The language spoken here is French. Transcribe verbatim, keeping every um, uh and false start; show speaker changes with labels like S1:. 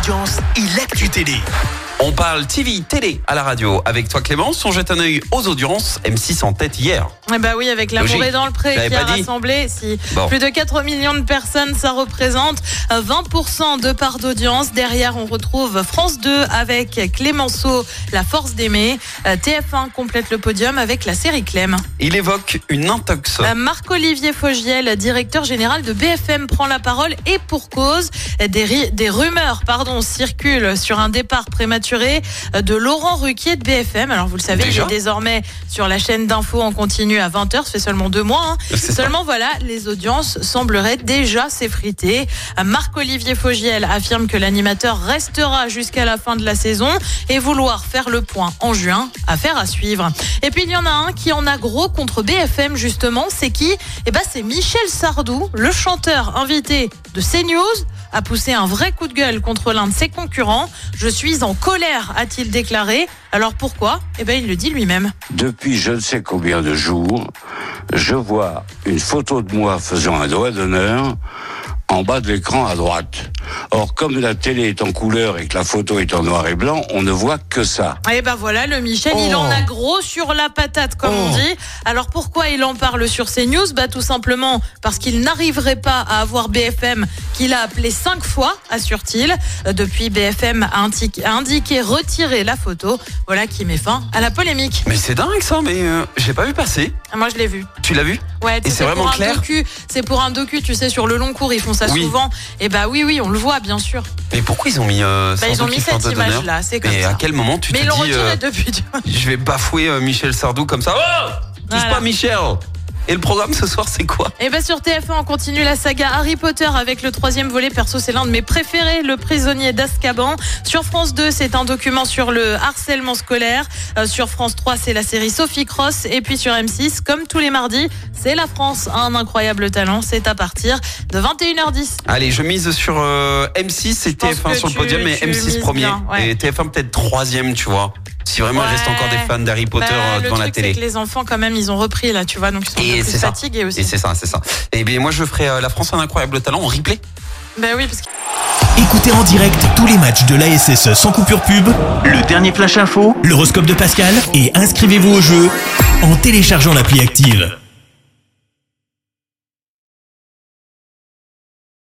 S1: audience et l'actu télé.
S2: On parle T V, télé à la radio. Avec toi Clémence, on jette un œil aux audiences. M six en tête hier.
S3: Eh bah oui, avec L'amour est dans le pré qui a rassemblé si bon. plus de quatre millions de personnes, ça représente vingt pour cent de part d'audience. Derrière, on retrouve France deux avec Clémenceau, La force d'aimer. T F un complète le podium avec la série Clem.
S2: Il évoque une intox.
S3: Marc-Olivier Fogiel, directeur général de B F M, prend la parole et pour cause. Des, ri- des rumeurs pardon, circulent sur un départ prématuré de Laurent Ruquier de B F M. Alors vous le savez, Déjà il est désormais sur la chaîne d'info en continu à vingt heures. Ça fait seulement deux mois. Hein. Seulement ça. Voilà, les audiences sembleraient déjà s'effriter. Marc-Olivier Fogiel affirme que l'animateur restera jusqu'à la fin de la saison et vouloir faire le point en juin. Affaire à suivre. Et puis il y en a un qui en a gros contre B F M justement. C'est qui ? Eh ben c'est Michel Sardou, le chanteur invité de CNews, a poussé un vrai coup de gueule contre l'un de ses concurrents. Je suis en colère, a-t-il déclaré. Alors pourquoi ? Eh ben il le dit lui-même.
S4: Depuis je ne sais combien de jours, je vois une photo de moi faisant un doigt d'honneur en bas de l'écran à droite. Or, comme la télé est en couleur et que la photo est en noir et blanc, on ne voit que ça.
S3: Et ben voilà, le Michel, oh. il en a gros sur la patate, comme oh. on dit. Alors pourquoi il en parle sur CNews ? Bah tout simplement parce qu'il n'arriverait pas à avoir B F M qu'il a appelé cinq fois, assure-t-il. Depuis, B F M a indiqué, a indiqué retirer la photo. Voilà qui met fin à la polémique.
S2: Mais c'est dingue ça, mais euh, j'ai pas vu passer.
S3: Moi je l'ai vu.
S2: Tu l'as vu ?
S3: Ouais,
S2: et c'est vraiment clair.
S3: Docu, c'est pour un docu, tu sais, sur le long cours, ils font ça oui. souvent. Et bah oui, oui, on le voit, bien sûr.
S2: Mais pourquoi ils ont mis euh,
S3: bah, ils ont mis cette image-là, c'est comme
S2: Mais
S3: ça.
S2: à quel moment tu
S3: Mais
S2: te
S3: ils l'ont
S2: dis
S3: retiré
S2: euh,
S3: depuis, tu vois.
S2: Je vais bafouer euh, Michel Sardou comme ça. Oh Touche voilà. pas Michel. Et le programme ce soir, c'est quoi ?
S3: Et ben sur T F un, on continue la saga Harry Potter avec le troisième volet. Perso, c'est l'un de mes préférés, Le prisonnier d'Azkaban. Sur France deux, c'est un document sur le harcèlement scolaire. Euh, sur France trois, c'est la série Sophie Cross. Et puis sur M six, comme tous les mardis, c'est La France a un incroyable talent. C'est à partir de vingt et une heures dix.
S2: Allez, je mise sur euh, M six et T F un sur
S3: tu,
S2: le podium, mais M six premier. Bien, ouais. Et T F un peut-être troisième, tu vois. Si vraiment ouais. il reste encore des fans d'Harry Potter bah, devant la télé.
S3: Le truc, c'est que les enfants, quand même, ils ont repris, là, tu vois, donc ils sont et un peu plus fatigués aussi.
S2: Et c'est ça, c'est ça. Et bien, moi, je ferai euh, La France a un incroyable talent en replay.
S3: Ben bah oui, parce que...
S1: Écoutez en direct tous les matchs de l'A S S sans coupure pub, le dernier flash info, l'horoscope de Pascal et inscrivez-vous au jeu en téléchargeant l'appli Active.